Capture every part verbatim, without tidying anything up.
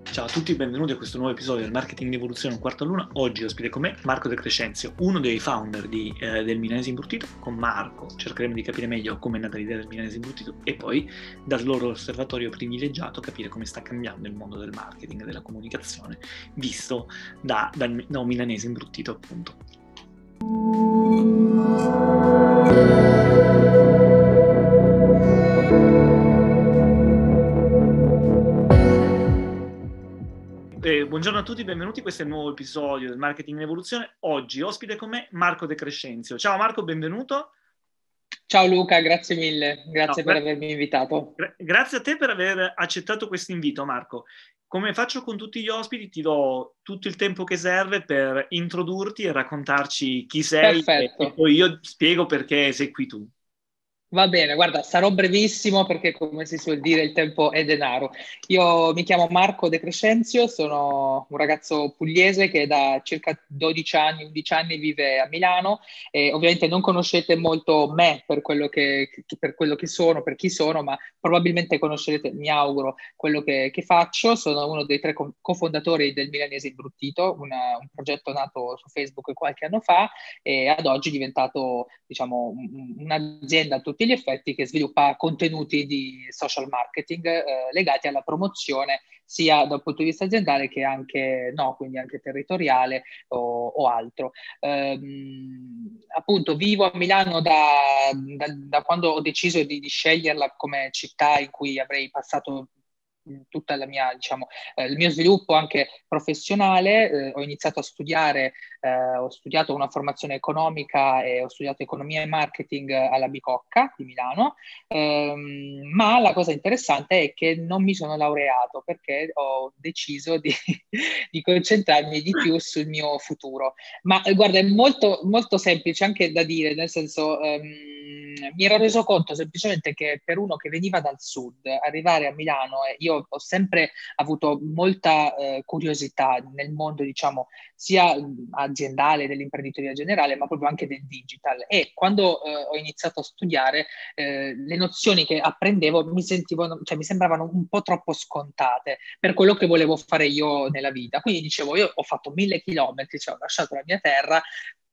Ciao a tutti, benvenuti a questo nuovo episodio del Marketing in Evoluzione un quarto all'una. Oggi ospite con me Marco De Crescenzio, uno dei founder di, eh, del Milanese Imbruttito. Con Marco cercheremo di capire meglio come è nata l'idea del Milanese Imbruttito e poi dal loro osservatorio privilegiato capire come sta cambiando il mondo del marketing e della comunicazione visto da, da, da un milanese imbruttito, appunto. Eh, buongiorno a tutti, benvenuti. Questo è il nuovo episodio del Marketing in Evoluzione. Oggi ospite con me Marco De Crescenzio. Ciao Marco, benvenuto. Ciao Luca, grazie mille, grazie No, per gra- avermi invitato. gra- grazie a te per aver accettato questo invito, Marco. Come faccio con tutti gli ospiti, ti do tutto il tempo che serve per introdurti e raccontarci chi sei e, e Perfetto. poi io spiego perché sei qui tu. Va bene, guarda, sarò brevissimo perché come si suol dire il tempo è denaro. Io mi chiamo Marco De Crescenzio, sono un ragazzo pugliese che da circa dodici anni, undici anni vive a Milano e ovviamente non conoscete molto me per quello che, per quello che sono, per chi sono, ma probabilmente conoscerete, mi auguro, quello che, che faccio. Sono uno dei tre co- cofondatori del Milanese Imbruttito, una- un progetto nato su Facebook qualche anno fa e ad oggi è diventato, diciamo, un- un'azienda a tutti gli effetti che sviluppa contenuti di social marketing eh, legati alla promozione sia dal punto di vista aziendale che anche no, quindi anche territoriale o, o altro. Ehm, appunto, vivo a Milano da, da, da quando ho deciso di, di sceglierla come città in cui avrei passato tutta la mia, diciamo, eh, il mio sviluppo anche professionale. Eh, ho iniziato a studiare, eh, ho studiato una formazione economica e ho studiato economia e marketing alla Bicocca di Milano, ehm, ma la cosa interessante è che non mi sono laureato perché ho deciso di, di concentrarmi di più sul mio futuro. Ma eh, guarda, è molto, molto semplice anche da dire, nel senso, ehm, mi ero reso conto semplicemente che per uno che veniva dal sud, arrivare a Milano, e io ho sempre avuto molta eh, curiosità nel mondo, diciamo, sia aziendale, dell'imprenditoria generale, ma proprio anche del digital. E quando eh, ho iniziato a studiare, eh, le nozioni che apprendevo mi sentivano, cioè mi sembravano un po' troppo scontate per quello che volevo fare io nella vita. Quindi dicevo, io ho fatto mille chilometri, cioè ho lasciato la mia terra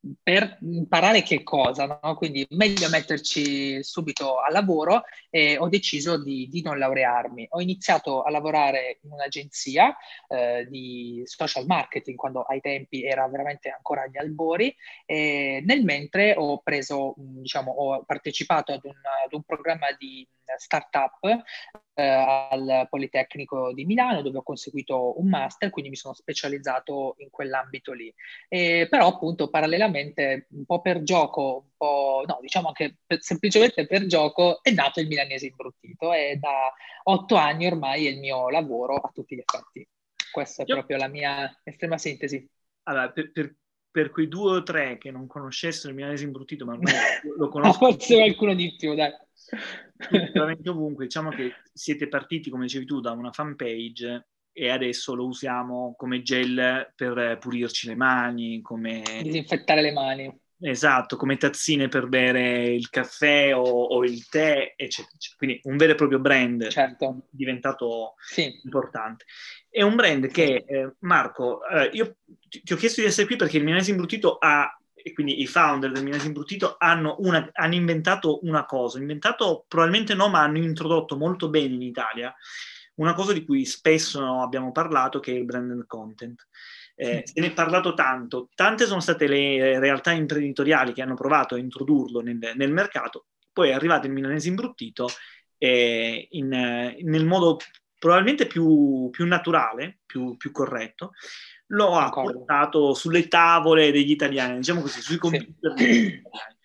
per imparare che cosa, no? Quindi meglio metterci subito al lavoro e ho deciso di, di non laurearmi. Ho iniziato a lavorare in un'agenzia eh, di social marketing quando ai tempi era veramente ancora agli albori e nel mentre ho preso, diciamo, ho partecipato ad un, ad un programma di startup eh, al Politecnico di Milano dove ho conseguito un master, quindi mi sono specializzato in quell'ambito lì. E, però appunto parallelamente un po' per gioco, un po' no, diciamo che per, semplicemente per gioco è nato il Milanese Imbruttito e da otto anni ormai è il mio lavoro a tutti gli effetti. Questa è Io, proprio la mia estrema sintesi. allora, per, per- per quei due o tre che non conoscessero il milanese imbruttito, ma ormai lo Ah, conoscono forse tutti, qualcuno di più, dai. tutti veramente ovunque. Diciamo che siete partiti, come dicevi tu, da una fanpage e adesso lo usiamo come gel per pulirci le mani, come, Disinfettare le mani. esatto, come tazzine per bere il caffè o, o il tè, eccetera, eccetera. Quindi un vero e proprio brand Certo, diventato sì, importante. È un brand sì. che, eh, Marco, eh, io ti, ti ho chiesto di essere qui perché il Milanese Imbruttito ha, e quindi i founder del Milanese Imbruttito hanno, una, hanno inventato una cosa, inventato probabilmente no, ma hanno introdotto molto bene in Italia una cosa di cui spesso abbiamo parlato, che è il branded content. Eh, se ne è parlato tanto, tante sono state le realtà imprenditoriali che hanno provato a introdurlo nel, nel mercato, poi è arrivato il milanese imbruttito eh, in, nel modo probabilmente più, più naturale, più, più corretto, lo ha Concordo. portato sulle tavole degli italiani, diciamo così, sui Sì. computer degli italiani.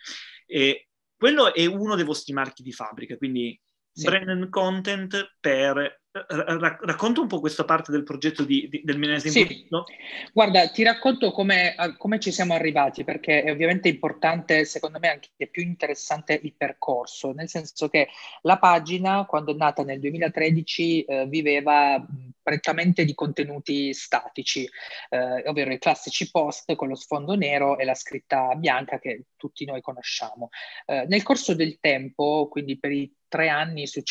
E quello è uno dei vostri marchi di fabbrica, quindi Sì. brand and content per... Ra- racconta un po' questa parte del progetto di, di, del milanese Sì, imbruttito. guarda, ti racconto come, a- come ci siamo arrivati, perché è ovviamente importante, secondo me anche più interessante il percorso, nel senso che la pagina, quando è nata nel duemilatredici, eh, viveva mh, prettamente di contenuti statici, eh, ovvero i classici post con lo sfondo nero e la scritta bianca che tutti noi conosciamo. Eh, nel corso del tempo, quindi per i tre anni successivi,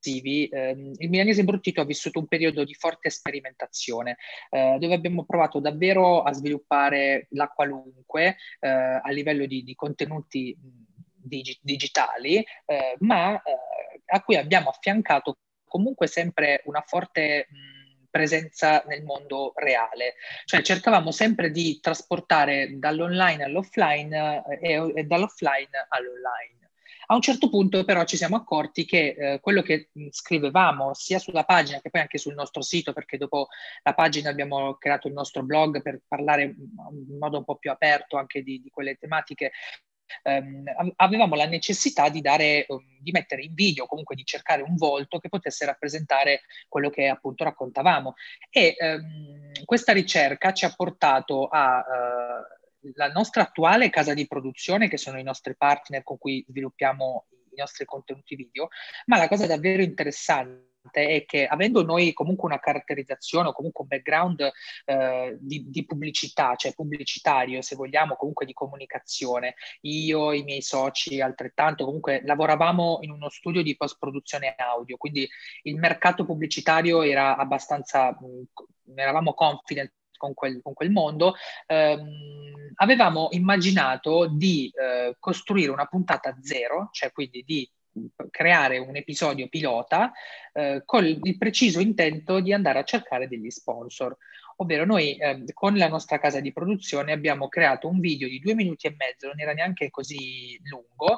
ehm, il Milanese Imbruttito ha vissuto un periodo di forte sperimentazione, eh, dove abbiamo provato davvero a sviluppare la qualunque eh, a livello di, di contenuti digi- digitali, eh, ma eh, a cui abbiamo affiancato comunque sempre una forte mh, presenza nel mondo reale. Cioè cercavamo sempre di trasportare dall'online all'offline eh, e, e dall'offline all'online. A un certo punto però ci siamo accorti che eh, quello che mh, scrivevamo sia sulla pagina che poi anche sul nostro sito, perché dopo la pagina abbiamo creato il nostro blog per parlare in modo un po' più aperto anche di, di quelle tematiche, ehm, avevamo la necessità di dare, um, di mettere in video, comunque di cercare un volto che potesse rappresentare quello che appunto raccontavamo. E ehm, questa ricerca ci ha portato a uh, la nostra attuale casa di produzione, che sono i nostri partner con cui sviluppiamo i nostri contenuti video, ma la cosa davvero interessante è che avendo noi comunque una caratterizzazione o comunque un background eh, di, di pubblicità, cioè pubblicitario, se vogliamo, comunque di comunicazione, io, i miei soci altrettanto, comunque lavoravamo in uno studio di post-produzione audio, quindi il mercato pubblicitario era abbastanza, mh, eravamo confident con quel, con quel mondo, ehm, avevamo immaginato di eh, costruire una puntata zero, cioè quindi di creare un episodio pilota eh, con il preciso intento di andare a cercare degli sponsor. Ovvero noi eh, con la nostra casa di produzione abbiamo creato un video di due minuti e mezzo, non era neanche così lungo,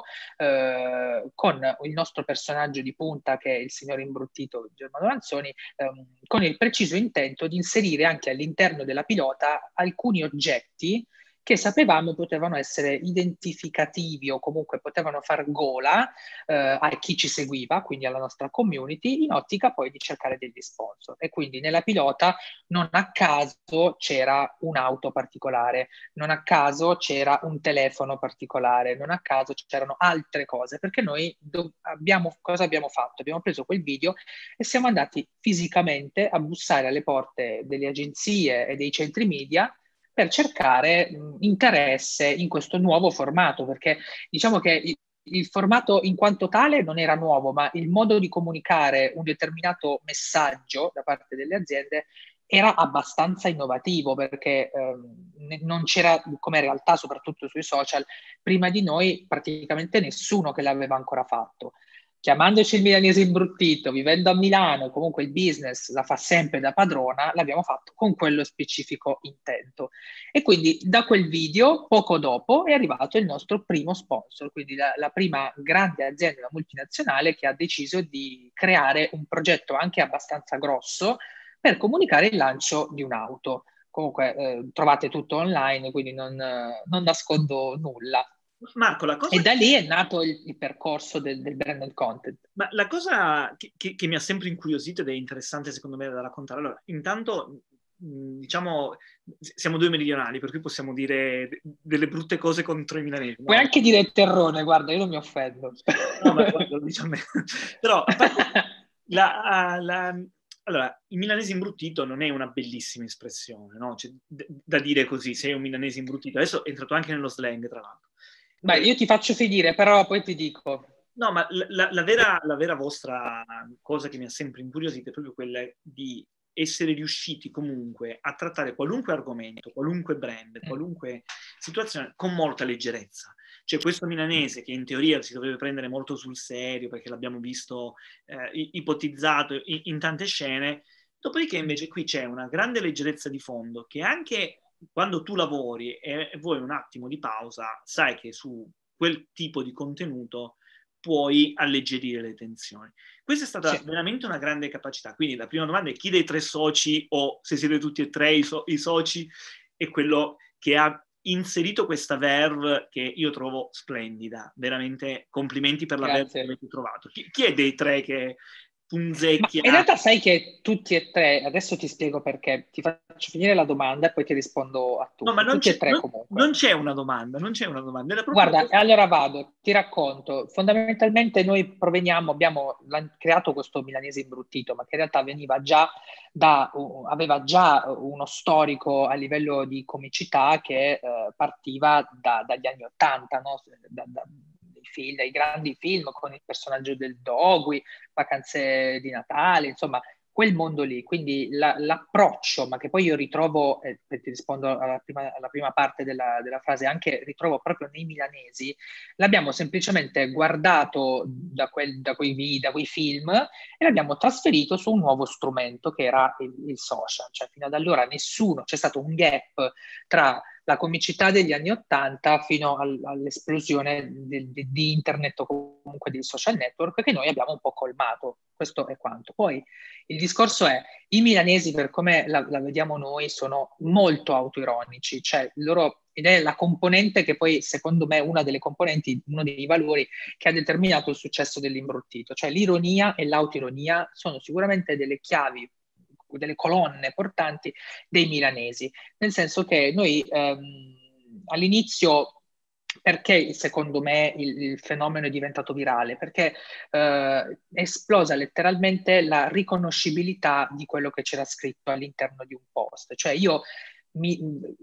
eh, con il nostro personaggio di punta che è il signor imbruttito Germano Lanzoni, ehm, con il preciso intento di inserire anche all'interno della pilota alcuni oggetti che sapevamo potevano essere identificativi o comunque potevano far gola eh, a chi ci seguiva, quindi alla nostra community, in ottica poi di cercare degli sponsor. E quindi nella pilota non a caso c'era un'auto particolare, non a caso c'era un telefono particolare, non a caso c'erano altre cose, perché noi do- abbiamo, cosa abbiamo fatto? Abbiamo preso quel video e siamo andati fisicamente a bussare alle porte delle agenzie e dei centri media per cercare mh, interesse in questo nuovo formato, perché diciamo che il, il formato in quanto tale non era nuovo, ma il modo di comunicare un determinato messaggio da parte delle aziende era abbastanza innovativo, perché ehm, non c'era, come realtà, soprattutto sui social, prima di noi praticamente nessuno che l'aveva ancora fatto. Chiamandoci il milanese imbruttito, vivendo a Milano, comunque il business la fa sempre da padrona, l'abbiamo fatto con quello specifico intento. E quindi da quel video, poco dopo, è arrivato il nostro primo sponsor, quindi la, la prima grande azienda, una multinazionale, che ha deciso di creare un progetto anche abbastanza grosso per comunicare il lancio di un'auto. Comunque eh, trovate tutto online, quindi non, eh, non nascondo nulla. Marco, la E cosa da che, lì è nato il, il percorso del, del branded content. ma la cosa che, che- che mi ha sempre incuriosito ed è interessante secondo me da raccontare, allora, intanto, mh, diciamo, siamo due meridionali, per cui possiamo dire de- delle brutte cose contro i milanesi, Puoi no? anche dire terrone, guarda, io non mi offendo. No, ma guarda, lo diciamo me. Però, a parte, la, la- allora, il milanese imbruttito non è una bellissima espressione, no? Cioè, d- da dire così, sei un milanese imbruttito. Adesso è entrato anche nello slang, tra l'altro. Beh, Eh, io ti faccio finire, però poi ti dico. No, ma la, la- la vera, la vera vostra cosa che mi ha sempre incuriosito è proprio quella di essere riusciti comunque a trattare qualunque argomento, qualunque brand, qualunque situazione con molta leggerezza. Cioè questo milanese che in teoria si dovrebbe prendere molto sul serio perché l'abbiamo visto eh, ipotizzato in, in tante scene, dopodiché invece qui c'è una grande leggerezza di fondo che anche quando tu lavori e, e vuoi un attimo di pausa, sai che su quel tipo di contenuto puoi alleggerire le tensioni. Questa è stata Sì. veramente una grande capacità. Quindi la prima domanda è chi dei tre soci, o se siete tutti e tre i, so- i soci, è quello che ha inserito questa verve che io trovo splendida. Veramente complimenti per la verve che Grazie. avete trovato. Chi, chi è dei tre che Ma in punzecchia? realtà sai che tutti e tre, adesso ti spiego perché, ti faccio finire la domanda e poi ti rispondo a No, ma tutti. non Tutti c'è, e tre non, comunque. non c'è una domanda, non c'è una domanda. Era proprio... Guarda, allora vado, ti racconto. Fondamentalmente noi proveniamo, abbiamo lan- creato questo milanese imbruttito, ma che in realtà veniva già da, uh, aveva già uno storico a livello di comicità che eh, partiva da- dagli anni Ottanta, no? Da- da- dei film, dai grandi film con il personaggio del Dogui, Vacanze di Natale, insomma, quel mondo lì. Quindi la, l'approccio, ma che poi io ritrovo, eh, ti rispondo alla prima, alla prima parte della, della frase, anche ritrovo proprio nei milanesi, l'abbiamo semplicemente guardato da, quel, da, quei video, da quei film e l'abbiamo trasferito su un nuovo strumento che era il, il social. Cioè fino ad allora nessuno, c'è stato un gap tra la comicità degli anni Ottanta fino al, all'esplosione di, di, di internet o comunque dei social network che noi abbiamo un po' colmato. Questo è quanto. Poi il discorso è, i milanesi, per come la, la vediamo noi, sono molto autoironici, cioè loro, ed è la componente che poi, secondo me, una delle componenti, uno dei valori che ha determinato il successo dell'Imbruttito. Cioè l'ironia e l'autoironia sono sicuramente delle chiavi, delle colonne portanti dei milanesi, nel senso che noi ehm, all'inizio, perché secondo me il, il fenomeno è diventato virale? Perché eh, è esplosa letteralmente la riconoscibilità di quello che c'era scritto all'interno di un post. Cioè io mi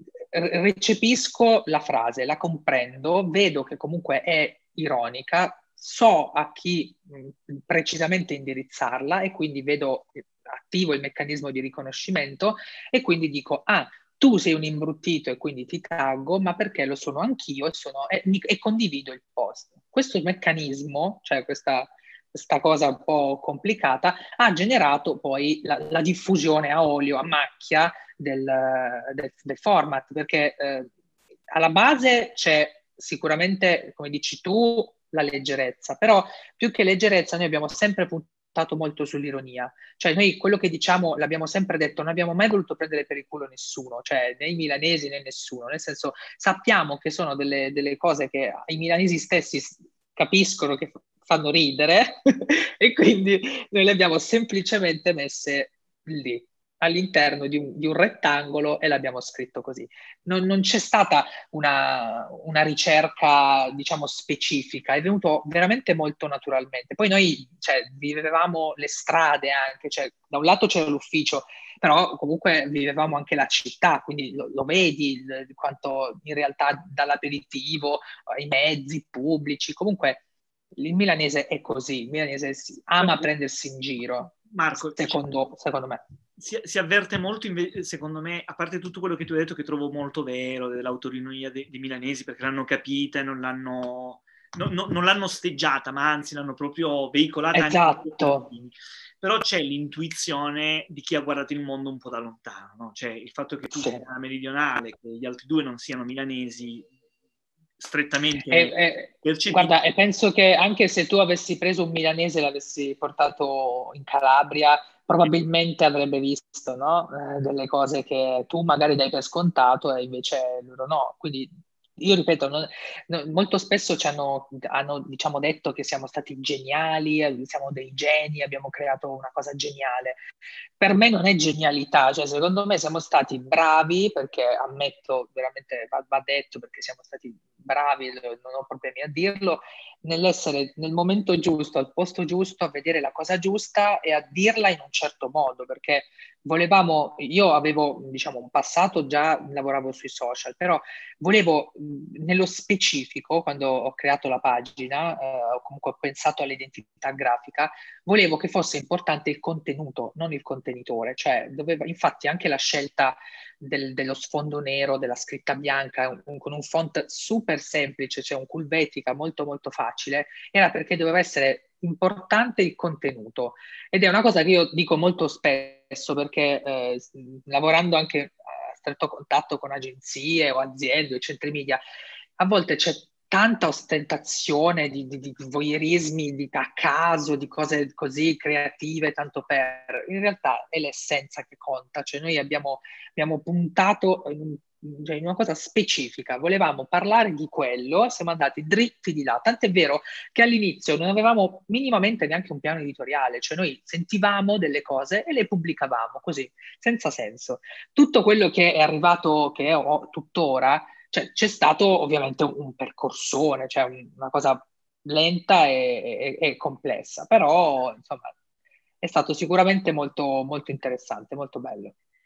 recepisco la frase, la comprendo, vedo che comunque è ironica, so a chi mh, precisamente indirizzarla e quindi vedo attivo il meccanismo di riconoscimento e quindi dico, ah, tu sei un imbruttito e quindi ti taggo, ma perché lo sono anch'io e, sono, e, e condivido il post. Questo meccanismo, cioè questa, questa cosa un po' complicata, ha generato poi la, la diffusione a olio, a macchia del, del, del format, perché eh, alla base c'è sicuramente, come dici tu, la leggerezza, però più che leggerezza noi abbiamo sempre puntato molto sull'ironia, cioè noi quello che diciamo l'abbiamo sempre detto, non abbiamo mai voluto prendere per il culo nessuno, cioè né i milanesi né nessuno, nel senso sappiamo che sono delle, delle cose che i milanesi stessi capiscono che fanno ridere e quindi noi le abbiamo semplicemente messe lì all'interno di un, di un rettangolo e l'abbiamo scritto così. Non, non c'è stata una, una ricerca, diciamo, specifica, è venuto veramente molto naturalmente. Poi noi, cioè, vivevamo le strade anche, cioè, da un lato c'era l'ufficio, però comunque vivevamo anche la città, quindi lo, lo vedi il, quanto in realtà dall'aperitivo ai mezzi pubblici, comunque il milanese è così, il milanese ama prendersi in giro, Marco, secondo, secondo me. Si, si avverte molto, inve- secondo me, a parte tutto quello che tu hai detto, che trovo molto vero, dell'autoironia dei, dei milanesi, perché l'hanno capita e non l'hanno, no, no, non l'hanno osteggiata, ma anzi l'hanno proprio veicolata. Esatto. Anche. Però c'è l'intuizione di chi ha guardato il mondo un po' da lontano, no? Cioè il fatto che tu Sì. sia meridionale, che gli altri due non siano milanesi, strettamente e, e, percepiti. Guarda, e penso che anche se tu avessi preso un milanese e l'avessi portato in Calabria, probabilmente avrebbe visto, no? Eh, delle cose che tu magari dai per scontato e invece loro no. Quindi io ripeto, non, no, molto spesso ci hanno, hanno diciamo, detto che siamo stati geniali, siamo dei geni, abbiamo creato una cosa geniale. Per me non è genialità, cioè secondo me siamo stati bravi, perché ammetto veramente, va, va detto, perché siamo stati bravi, non ho problemi a dirlo, nell'essere nel momento giusto, al posto giusto, a vedere la cosa giusta e a dirla in un certo modo, perché volevamo, io avevo diciamo un passato, già lavoravo sui social, però volevo nello specifico, quando ho creato la pagina, eh, o comunque ho pensato all'identità grafica, volevo che fosse importante il contenuto, non il contenitore, cioè doveva, infatti anche la scelta del, dello sfondo nero, della scritta bianca, un, con un font super semplice, cioè un Helvetica molto molto facile, era perché doveva essere importante il contenuto. Ed è una cosa che io dico molto spesso, perché eh, lavorando anche a stretto contatto con agenzie o aziende o centri media, a volte c'è tanta ostentazione di, di, di voyeurismi di, a caso, di cose così creative, tanto per... In realtà è l'essenza che conta, cioè noi abbiamo, abbiamo puntato in, cioè in una cosa specifica, volevamo parlare di quello, siamo andati dritti di là, tant'è vero che all'inizio non avevamo minimamente neanche un piano editoriale, cioè noi sentivamo delle cose e le pubblicavamo così, senza senso. Tutto quello che è arrivato, che ho tuttora, cioè, c'è stato ovviamente un, un percorsone, cioè un, una cosa lenta e, e, e, complessa, però insomma è stato sicuramente molto, molto interessante, molto bello.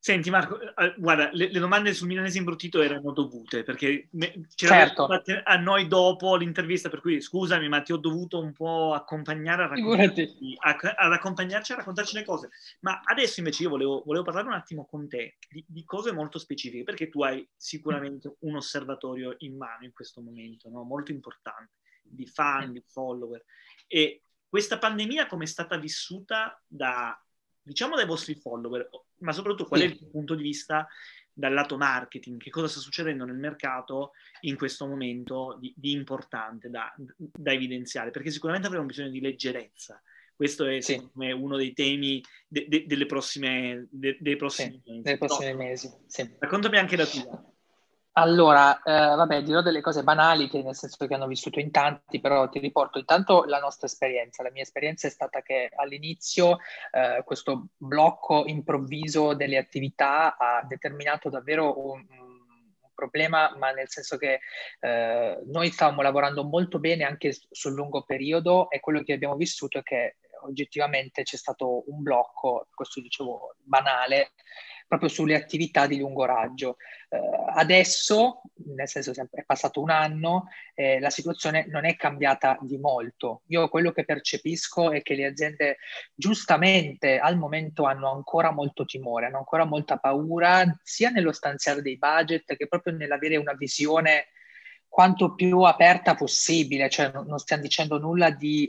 Senti Marco, eh, guarda, le, le domande sul milanese imbruttito erano dovute, perché me, ce Certo, fatte a noi dopo l'intervista, per cui scusami, ma ti ho dovuto un po' accompagnare a figurati. raccontarci, a, ad accompagnarci a raccontarci le cose. Ma adesso invece io volevo, volevo parlare un attimo con te di, di cose molto specifiche, perché tu hai sicuramente un osservatorio in mano in questo momento, no? Molto importante, di fan, di follower. E questa pandemia come è stata vissuta da, diciamo, dai vostri follower, ma soprattutto qual è il Sì. tuo punto di vista dal lato marketing? Che cosa sta succedendo nel mercato in questo momento di, di importante da, da evidenziare? Perché sicuramente avremo bisogno di leggerezza. Questo è, Sì, secondo me, uno dei temi de, de, delle prossime, de, dei sì, prossimi mesi. nei No, prossimi mesi, sì. raccontami anche la tua. Allora, eh, vabbè, dirò delle cose banali, che nel senso che hanno vissuto in tanti, però ti riporto intanto la nostra esperienza. La mia esperienza è stata che all'inizio eh, questo blocco improvviso delle attività ha determinato davvero un, un problema, ma nel senso che eh, noi stavamo lavorando molto bene anche sul lungo periodo e quello che abbiamo vissuto è che oggettivamente c'è stato un blocco, questo dicevo banale, proprio sulle attività di lungo raggio. Eh, adesso, nel senso è passato un anno, eh, la situazione non è cambiata di molto. Io quello che percepisco è che le aziende giustamente al momento hanno ancora molto timore, hanno ancora molta paura, sia nello stanziare dei budget che proprio nell'avere una visione quanto più aperta possibile, cioè non, non stiamo dicendo nulla di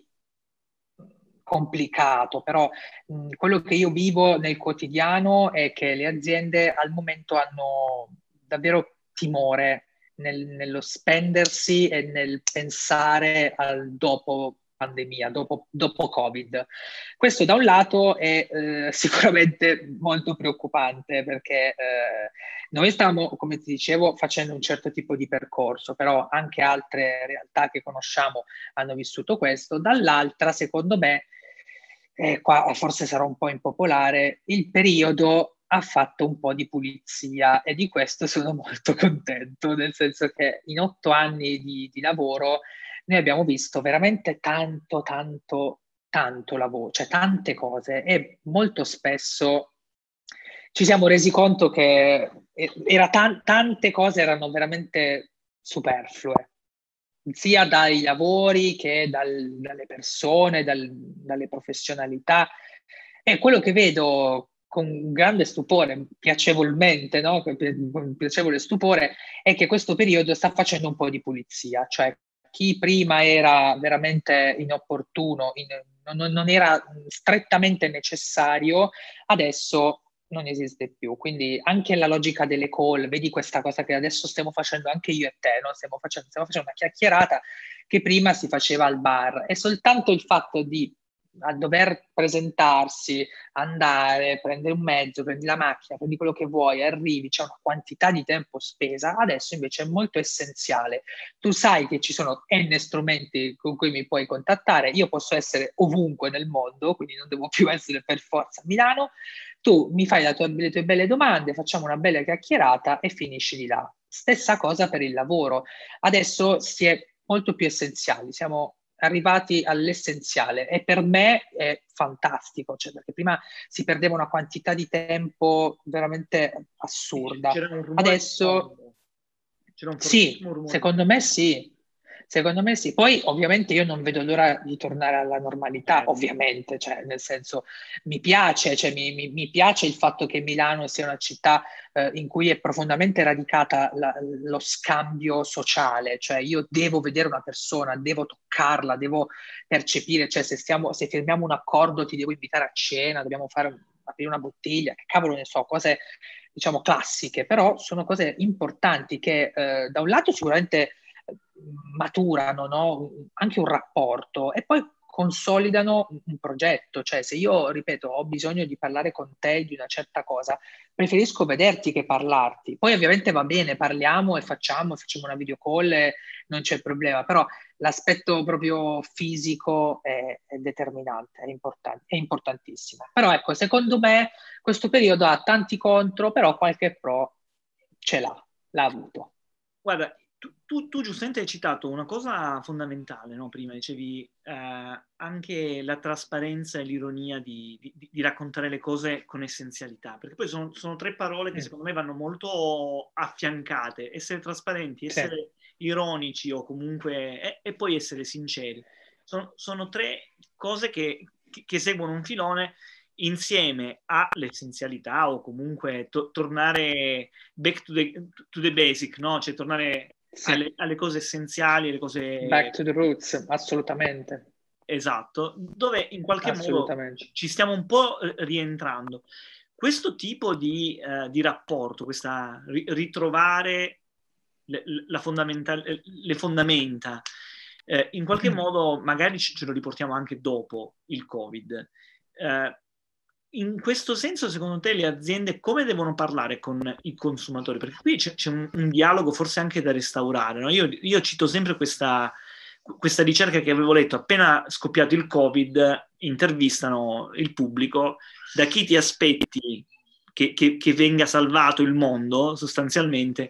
complicato, però mh, quello che io vivo nel quotidiano è che le aziende al momento hanno davvero timore nel- nello spendersi e nel pensare al dopo pandemia, dopo, dopo Covid. Questo da un lato è eh, sicuramente molto preoccupante perché eh, noi stiamo, come ti dicevo, facendo un certo tipo di percorso, però anche altre realtà che conosciamo hanno vissuto questo. Dall'altra, secondo me, e qua forse sarò un po' impopolare, il periodo ha fatto un po' di pulizia e di questo sono molto contento, nel senso che in otto anni di, di lavoro noi abbiamo visto veramente tanto, tanto, tanto lavoro, cioè tante cose e molto spesso ci siamo resi conto che era tan- tante cose erano veramente superflue, sia dai lavori che dal- dalle persone, dal- dalle professionalità. E quello che vedo con grande stupore, piacevolmente, no? Con piacevole stupore, è che questo periodo sta facendo un po' di pulizia, cioè chi prima era veramente inopportuno, in- non, non era strettamente necessario, adesso non esiste più. Quindi anche la logica delle call, vedi questa cosa che adesso stiamo facendo anche io e te, no? Stiamo facendo, stiamo facendo una chiacchierata che prima si faceva al bar. E soltanto il fatto di a dover presentarsi, andare, prendere un mezzo, prendi la macchina, prendi quello che vuoi, arrivi, c'è una quantità di tempo spesa, adesso invece è molto essenziale. Tu sai che ci sono N strumenti con cui mi puoi contattare, io posso essere ovunque nel mondo, quindi non devo più essere per forza a Milano, tu mi fai tua, le tue belle domande, facciamo una bella chiacchierata e finisci di là. Stessa cosa per il lavoro. Adesso si è molto più essenziali, siamo arrivati all'essenziale e per me è fantastico, cioè perché prima si perdeva una quantità di tempo veramente assurda. C'era un rumore di Adesso fondo. C'era un sì, fortissimo rumore di secondo me sì. Secondo me sì. Poi ovviamente io non vedo l'ora di tornare alla normalità, fondo. ovviamente, cioè nel senso mi piace, cioè, mi, mi- mi piace il fatto che Milano sia una città eh, in cui è profondamente radicata la- lo scambio sociale, cioè io devo vedere una persona, devo toccarla, devo percepire, cioè se, stiamo, se firmiamo un accordo ti devo invitare a cena, dobbiamo fare, aprire una bottiglia, che cavolo ne so, cose diciamo classiche, però sono cose importanti che eh, da un lato sicuramente eh, maturano, no? Anche un rapporto e poi consolidano un, un progetto, cioè se io, ripeto, ho bisogno di parlare con te di una certa cosa, preferisco vederti che parlarti. Poi ovviamente va bene, parliamo e facciamo, facciamo una video call e non c'è problema, però l'aspetto proprio fisico è, è determinante, è, importante, è importantissimo. Però ecco, secondo me questo periodo ha tanti contro, però qualche pro ce l'ha, l'ha avuto. Guarda, tu, tu, tu giustamente hai citato una cosa fondamentale, no? Prima dicevi eh, anche la trasparenza e l'ironia di, di, di raccontare le cose con essenzialità, perché poi sono, sono tre parole che Mm. secondo me vanno molto affiancate: essere trasparenti, Sì, essere ironici o comunque e, e poi essere sinceri. Sono, sono tre cose che, che, che seguono un filone insieme all'essenzialità o comunque to- tornare back to the, to the basic, no? Cioè tornare sì. alle, alle cose essenziali, alle Back cose... to the roots, assolutamente, Esatto, dove in qualche modo assolutamente. ci stiamo un po' rientrando. Questo tipo di, eh, di rapporto, questa ri- ritrovare le, la fondamental- le fondamenta, eh, in qualche Mm. modo magari ce lo riportiamo anche dopo il Covid. Eh, in questo senso, secondo te, le aziende come devono parlare con i consumatori? Perché qui c'è, c'è un, un dialogo forse anche da restaurare, no? Io, io cito sempre questa, questa ricerca che avevo letto appena scoppiato il Covid, intervistano il pubblico: da chi ti aspetti che, che, che venga salvato il mondo, sostanzialmente,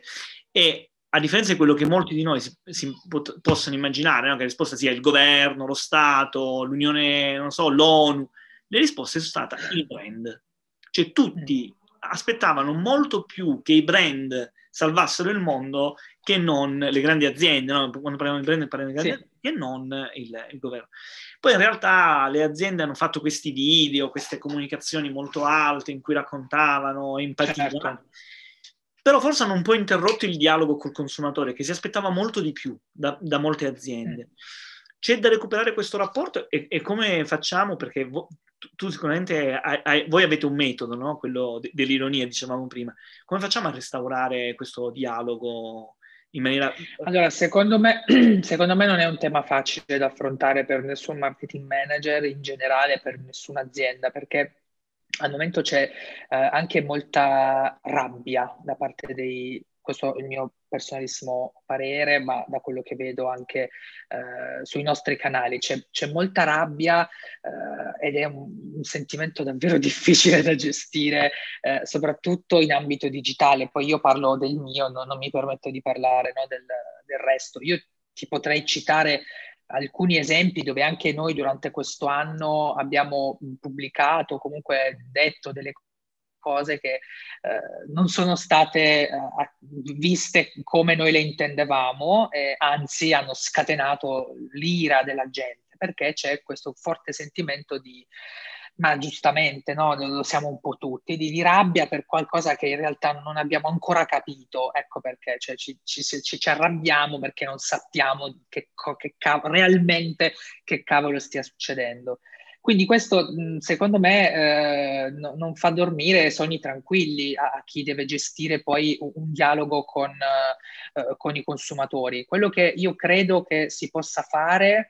e a differenza di quello che molti di noi si, si pot- possono immaginare, no? Che la risposta sia il governo, lo Stato, l'Unione, non so, l'ONU, le risposte sono state il brand. Cioè Mm. tutti aspettavano molto più che i brand salvassero il mondo che non le grandi aziende, no? Quando parliamo di brand parliamo di grandi Sì. aziende, che non il, il governo. Poi in realtà le aziende hanno fatto questi video, queste comunicazioni molto alte in cui raccontavano empatia, Certo. però forse hanno un po' interrotto il dialogo col consumatore, che si aspettava molto di più da, da molte Mm. aziende. C'è da recuperare questo rapporto e, e come facciamo? Perché vo, tu, tu, sicuramente hai, hai, voi avete un metodo, no? Quello de, dell'ironia, dicevamo prima. Come facciamo a restaurare questo dialogo in maniera... Allora, secondo me, secondo me non è un tema facile da affrontare per nessun marketing manager, in generale per nessuna azienda, perché al momento c'è eh, anche molta rabbia da parte dei, questo è il mio personalissimo parere, ma da quello che vedo anche eh, sui nostri canali, c'è, c'è molta rabbia eh, ed è un, un sentimento davvero difficile da gestire, eh, soprattutto in ambito digitale. Poi io parlo del mio, no, non mi permetto di parlare, no, del, del resto. Io ti potrei citare alcuni esempi dove anche noi durante questo anno abbiamo pubblicato, comunque detto delle cose che eh, non sono state eh, viste come noi le intendevamo, eh, anzi hanno scatenato l'ira della gente, perché c'è questo forte sentimento di, ma giustamente, no, lo siamo un po' tutti, di, di rabbia per qualcosa che in realtà non abbiamo ancora capito, ecco perché, cioè, ci, ci, ci, ci arrabbiamo perché non sappiamo che, che cav- realmente che cavolo stia succedendo. Quindi questo, secondo me, eh, no, non fa dormire sogni tranquilli a, a chi deve gestire poi un, un dialogo con, eh, con i consumatori. Quello che io credo che si possa fare,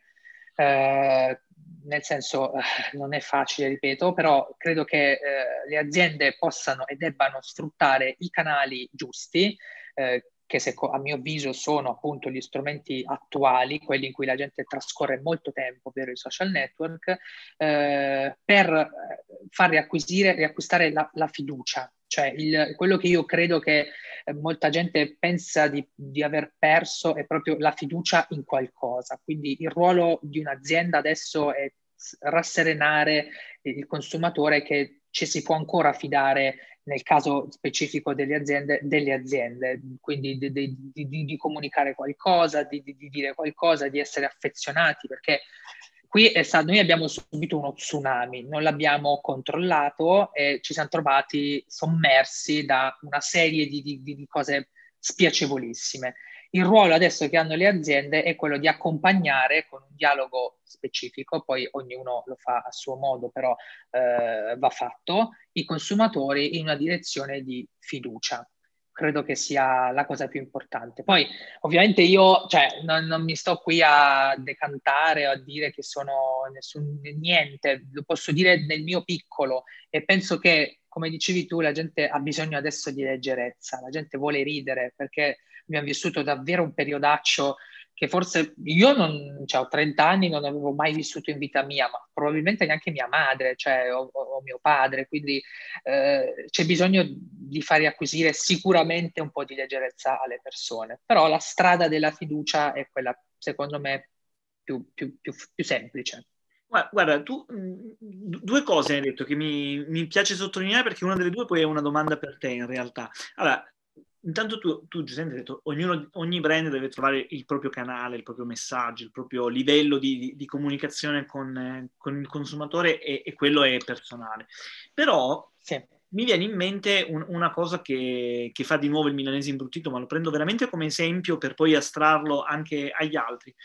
eh, nel senso, eh, non è facile, ripeto, però credo che eh, le aziende possano e debbano sfruttare i canali giusti, eh, che se, a mio avviso sono appunto gli strumenti attuali, quelli in cui la gente trascorre molto tempo, ovvero i social network, eh, per far riacquisire, riacquistare la, la fiducia. Cioè il, quello che io credo che eh, molta gente pensa di, di aver perso è proprio la fiducia in qualcosa. Quindi il ruolo di un'azienda adesso è rasserenare il consumatore che ci si può ancora fidare nel caso specifico delle aziende, delle aziende, quindi di, di, di, di comunicare qualcosa, di, di, dire qualcosa, di essere affezionati, perché qui è stato, noi abbiamo subito uno tsunami, non l'abbiamo controllato e ci siamo trovati sommersi da una serie di, di, di cose spiacevolissime. Il ruolo adesso che hanno le aziende è quello di accompagnare con un dialogo specifico, poi ognuno lo fa a suo modo, però eh, va fatto, i consumatori in una direzione di fiducia. Credo che sia la cosa più importante. Poi, ovviamente, io cioè, non, non mi sto qui a decantare o a dire che sono nessun, niente, lo posso dire nel mio piccolo e penso che, come dicevi tu, la gente ha bisogno adesso di leggerezza, la gente vuole ridere perché abbiamo vissuto davvero un periodaccio che forse io non, cioè, ho trenta anni, non avevo mai vissuto in vita mia, ma probabilmente neanche mia madre, cioè, o, o mio padre, quindi eh, c'è bisogno di far acquisire sicuramente un po' di leggerezza alle persone. Però la strada della fiducia è quella, secondo me, più, più, più, più semplice. Guarda, tu mh, due cose hai detto che mi, mi piace sottolineare, perché una delle due poi è una domanda per te in realtà. Allora, intanto tu, tu Giuseppe, hai detto ognuno, ogni brand deve trovare il proprio canale, il proprio messaggio, il proprio livello di, di, di comunicazione con, eh, con il consumatore, e, e quello è personale. Però sì. Mi viene in mente un, una cosa che, che fa di nuovo il milanese imbruttito, ma lo prendo veramente come esempio per poi astrarlo anche agli altri.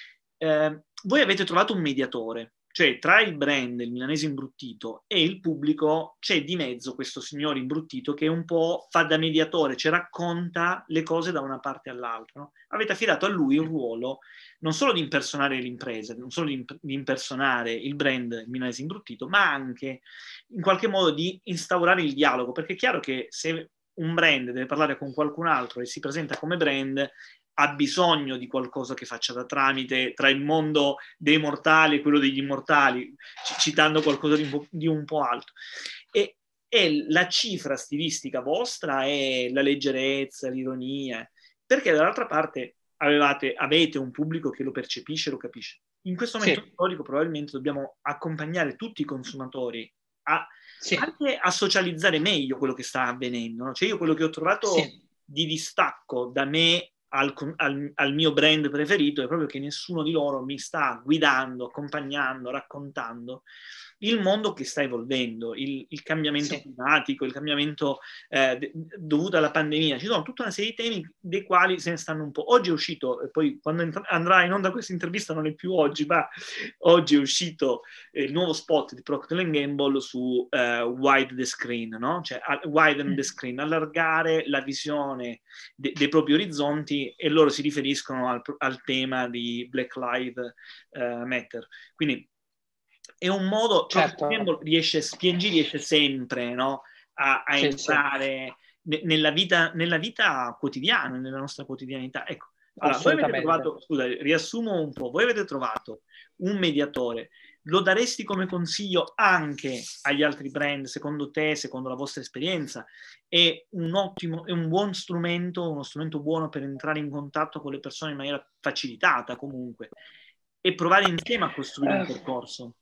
Eh, voi avete trovato un mediatore, cioè tra il brand, il milanese imbruttito, e il pubblico c'è di mezzo questo signore imbruttito che un po' fa da mediatore, ci racconta le cose da una parte all'altra. No? Avete affidato a lui un ruolo non solo di impersonare l'impresa, non solo di, imp- di impersonare il brand il milanese imbruttito, ma anche in qualche modo di instaurare il dialogo, perché è chiaro che se un brand deve parlare con qualcun altro e si presenta come brand, ha bisogno di qualcosa che faccia da tramite tra il mondo dei mortali e quello degli immortali, citando qualcosa di un po', di un po' alto. E, e la cifra stilistica vostra è la leggerezza, l'ironia, perché dall'altra parte avevate, avete un pubblico che lo percepisce, lo capisce. In questo momento sì. storico probabilmente dobbiamo accompagnare tutti i consumatori a, sì. anche a socializzare meglio quello che sta avvenendo. No? Cioè io quello che ho trovato sì. di distacco da me Al, al, al mio brand preferito è proprio che nessuno di loro mi sta guidando, accompagnando, raccontando il mondo che sta evolvendo, il, il cambiamento sì. climatico, il cambiamento eh, de- dovuto alla pandemia. Ci sono tutta una serie di temi dei quali se ne stanno un po'. Oggi è uscito, e poi quando entra- andrà in onda questa intervista non è più oggi, ma oggi è uscito eh, il nuovo spot di Procter and Gamble su eh, Wide the Screen, no? Cioè widen the screen, allargare la visione de- dei propri orizzonti, e loro si riferiscono al, al tema di Black Lives uh, Matter. Quindi è un modo, certo. Procter riesce, P and G riesce sempre, no? a, a sì, entrare sì. nella, vita, nella vita quotidiana, nella nostra quotidianità. Ecco, allora, voi avete trovato, scusa, riassumo un po', voi avete trovato un mediatore, lo daresti come consiglio anche agli altri brand, secondo te, secondo la vostra esperienza? È un ottimo, è un buon strumento, uno strumento buono per entrare in contatto con le persone in maniera facilitata comunque, e provare insieme a costruire un percorso?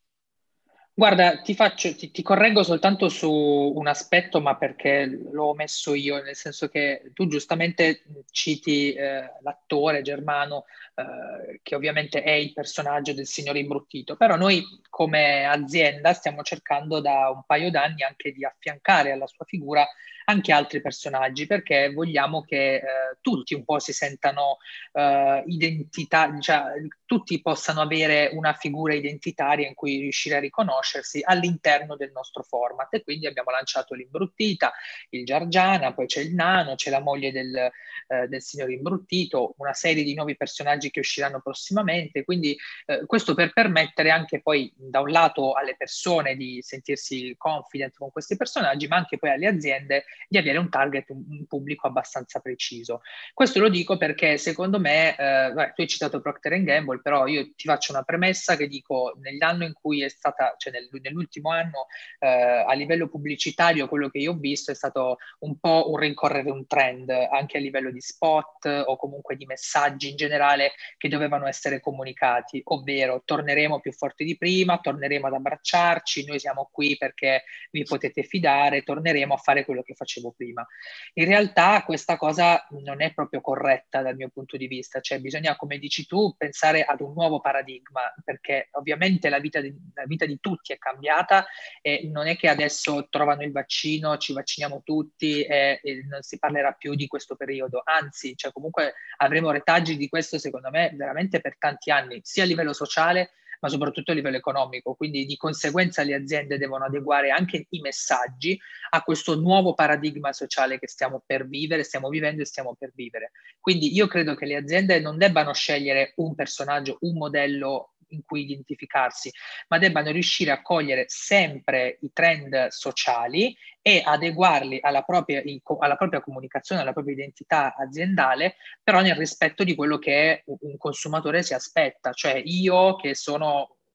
Guarda, ti faccio, ti, ti correggo soltanto su un aspetto, ma perché l'ho messo io, nel senso che tu giustamente citi eh, l'attore Germano, eh, che ovviamente è il personaggio del signore imbruttito, però noi come azienda stiamo cercando da un paio d'anni anche di affiancare alla sua figura anche altri personaggi, perché vogliamo che eh, tutti un po' si sentano eh, identità, cioè, tutti possano avere una figura identitaria in cui riuscire a riconoscersi all'interno del nostro format. E quindi abbiamo lanciato l'Imbruttita, il Giargiana, poi c'è il Nano, c'è la moglie del, eh, del signor Imbruttito, una serie di nuovi personaggi che usciranno prossimamente. Quindi eh, questo per permettere anche poi da un lato alle persone di sentirsi confident con questi personaggi, ma anche poi alle aziende di avere un target, un, un pubblico abbastanza preciso. Questo lo dico perché secondo me, eh, beh, tu hai citato Procter and Gamble, però io ti faccio una premessa che dico, nell'anno in cui è stata, cioè nel, nell'ultimo anno, eh, a livello pubblicitario, quello che io ho visto è stato un po' un rincorrere un trend, anche a livello di spot o comunque di messaggi in generale che dovevano essere comunicati, ovvero torneremo più forti di prima, torneremo ad abbracciarci, noi siamo qui perché vi potete fidare, torneremo a fare quello che facevo prima. In realtà questa cosa non è proprio corretta dal mio punto di vista, cioè bisogna, come dici tu, pensare ad un nuovo paradigma, perché ovviamente la vita di, la vita di tutti è cambiata e non è che adesso trovano il vaccino, ci vacciniamo tutti e, e non si parlerà più di questo periodo, anzi, cioè comunque avremo retaggi di questo secondo me veramente per tanti anni, sia a livello sociale ma soprattutto a livello economico. Quindi di conseguenza le aziende devono adeguare anche i messaggi a questo nuovo paradigma sociale che stiamo per vivere, stiamo vivendo e stiamo per vivere. Quindi io credo che le aziende non debbano scegliere un personaggio, un modello in cui identificarsi, ma debbano riuscire a cogliere sempre i trend sociali e adeguarli alla propria, alla propria comunicazione, alla propria identità aziendale, però nel rispetto di quello che un consumatore si aspetta. Cioè io che sono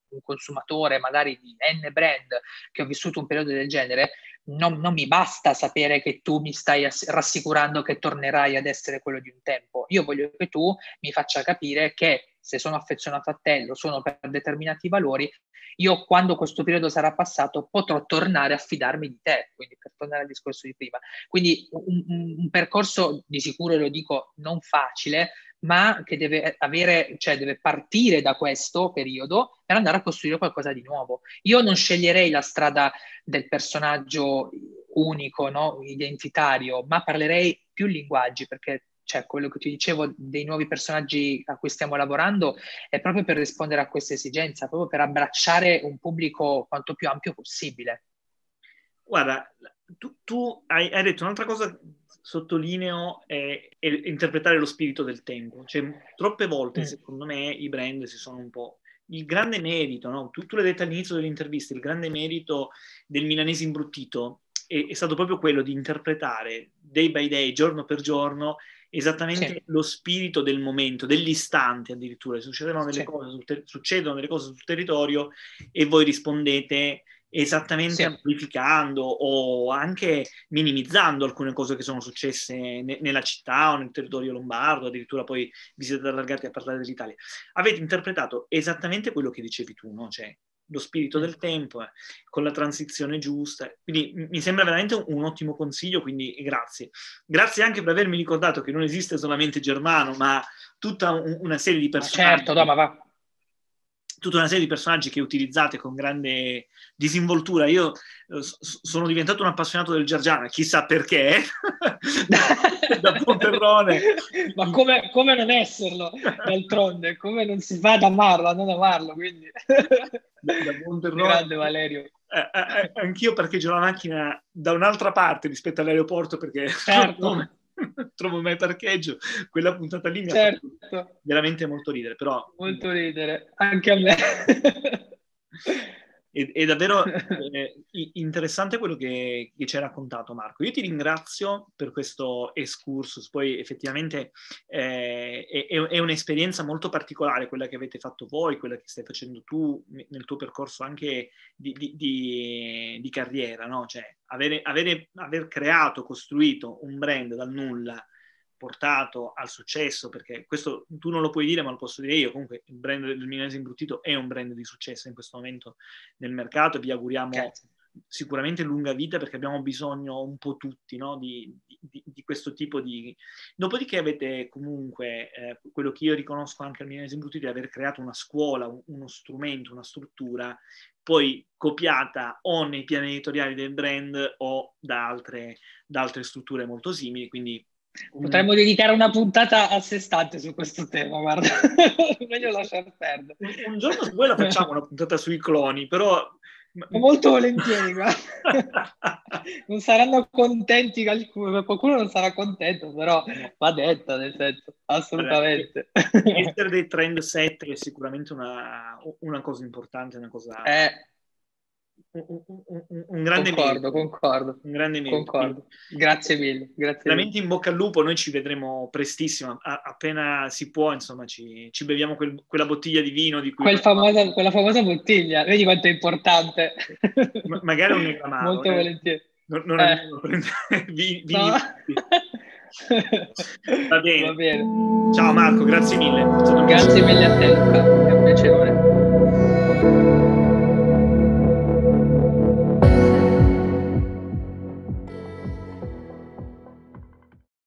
un consumatore magari di N brand, che ho vissuto un periodo del genere, non, non mi basta sapere che tu mi stai ass- rassicurando che tornerai ad essere quello di un tempo. Io voglio che tu mi faccia capire che se sono affezionato a te, lo sono per determinati valori, io quando questo periodo sarà passato potrò tornare a fidarmi di te, quindi per tornare al discorso di prima. Quindi un, un, un percorso di sicuro, lo dico, non facile, ma che deve avere, cioè deve partire da questo periodo per andare a costruire qualcosa di nuovo. Io non sceglierei la strada del personaggio unico, no? Identitario, ma parlerei più linguaggi, perché cioè quello che ti dicevo dei nuovi personaggi a cui stiamo lavorando è proprio per rispondere a questa esigenza, proprio per abbracciare un pubblico quanto più ampio possibile. Guarda, tu, tu hai, hai detto un'altra cosa, sottolineo, è, è interpretare lo spirito del tempo. Cioè, troppe volte, Mm. secondo me, i brand si sono un po'... Il grande merito, no? Tu, tu l'hai detto all'inizio dell'intervista, il grande merito del milanese imbruttito è, è stato proprio quello di interpretare day by day, giorno per giorno, esattamente Sì. lo spirito del momento, dell'istante addirittura. Succedono delle, Sì. cose sul ter- succedono delle cose sul territorio e voi rispondete esattamente Sì. amplificando o anche minimizzando alcune cose che sono successe ne- nella città o nel territorio lombardo, addirittura poi vi siete allargati a parlare dell'Italia. Avete interpretato esattamente quello che dicevi tu, no? Cioè, lo spirito Mm. del tempo, eh, con la transizione giusta. Quindi m- mi sembra veramente un, un ottimo consiglio, quindi grazie. Grazie anche per avermi ricordato che non esiste solamente Germano, ma tutta un- una serie di Ma personaggi. certo, no, ma va. Tutta una serie di personaggi che utilizzate con grande disinvoltura. Io eh, sono diventato un appassionato del Giargiana, chissà perché, da Ponterrone. Ma come, come non esserlo, d'altronde, come non si fa ad amarlo, a non amarlo, quindi... Da, da Ponterrone. Grande Valerio. Eh, eh, anch'io parcheggio la macchina da un'altra parte rispetto all'aeroporto perché Certo. trovo, trovo mai parcheggio. Quella puntata lì mi certo. ha fatto veramente molto ridere, però... Molto ridere, anche a me. È, è davvero eh, interessante quello che, che ci hai raccontato, Marco. Io ti ringrazio per questo excursus, poi effettivamente eh, è, è un'esperienza molto particolare quella che avete fatto voi, quella che stai facendo tu nel tuo percorso anche di, di, di, di carriera, no? Cioè, avere, avere, aver creato, costruito un brand dal nulla, portato al successo, perché questo tu non lo puoi dire, ma lo posso dire io. Comunque il brand del Milanese Imbruttito è un brand di successo in questo momento nel mercato e vi auguriamo Grazie. Sicuramente lunga vita, perché abbiamo bisogno un po' tutti, no? di, di, di questo tipo di... Dopodiché avete comunque, eh, quello che io riconosco anche al Milanese Imbruttito, è aver creato una scuola, uno strumento, una struttura poi copiata o nei piani editoriali del brand o da altre, da altre strutture molto simili, quindi potremmo dedicare una puntata a sé stante su questo tema, guarda, meglio lasciar perdere. Un, un giorno se vuoi la facciamo una puntata sui cloni, però... Molto volentieri, guarda. Non saranno contenti, qualcuno, qualcuno non sarà contento, però va detto, nel senso, assolutamente. Essere dei trendsetter è sicuramente una, una cosa importante, una cosa... Eh. Un, un, un, un grande concordo, merito. Concordo, un grande merito. concordo. Grazie mille. Grazie veramente mille. in bocca al lupo, noi ci vedremo prestissimo, a, appena si può, insomma, ci, ci beviamo quel, quella bottiglia di vino di cui... Quel famosa, quella famosa bottiglia, vedi quanto è importante. Ma, magari un negramaro. Molto eh. volentieri. Non, non eh. andiamo a prendere vini. No. Va bene. Va bene. Ciao Marco, grazie mille. Grazie mille a te, Luca. È un piacere.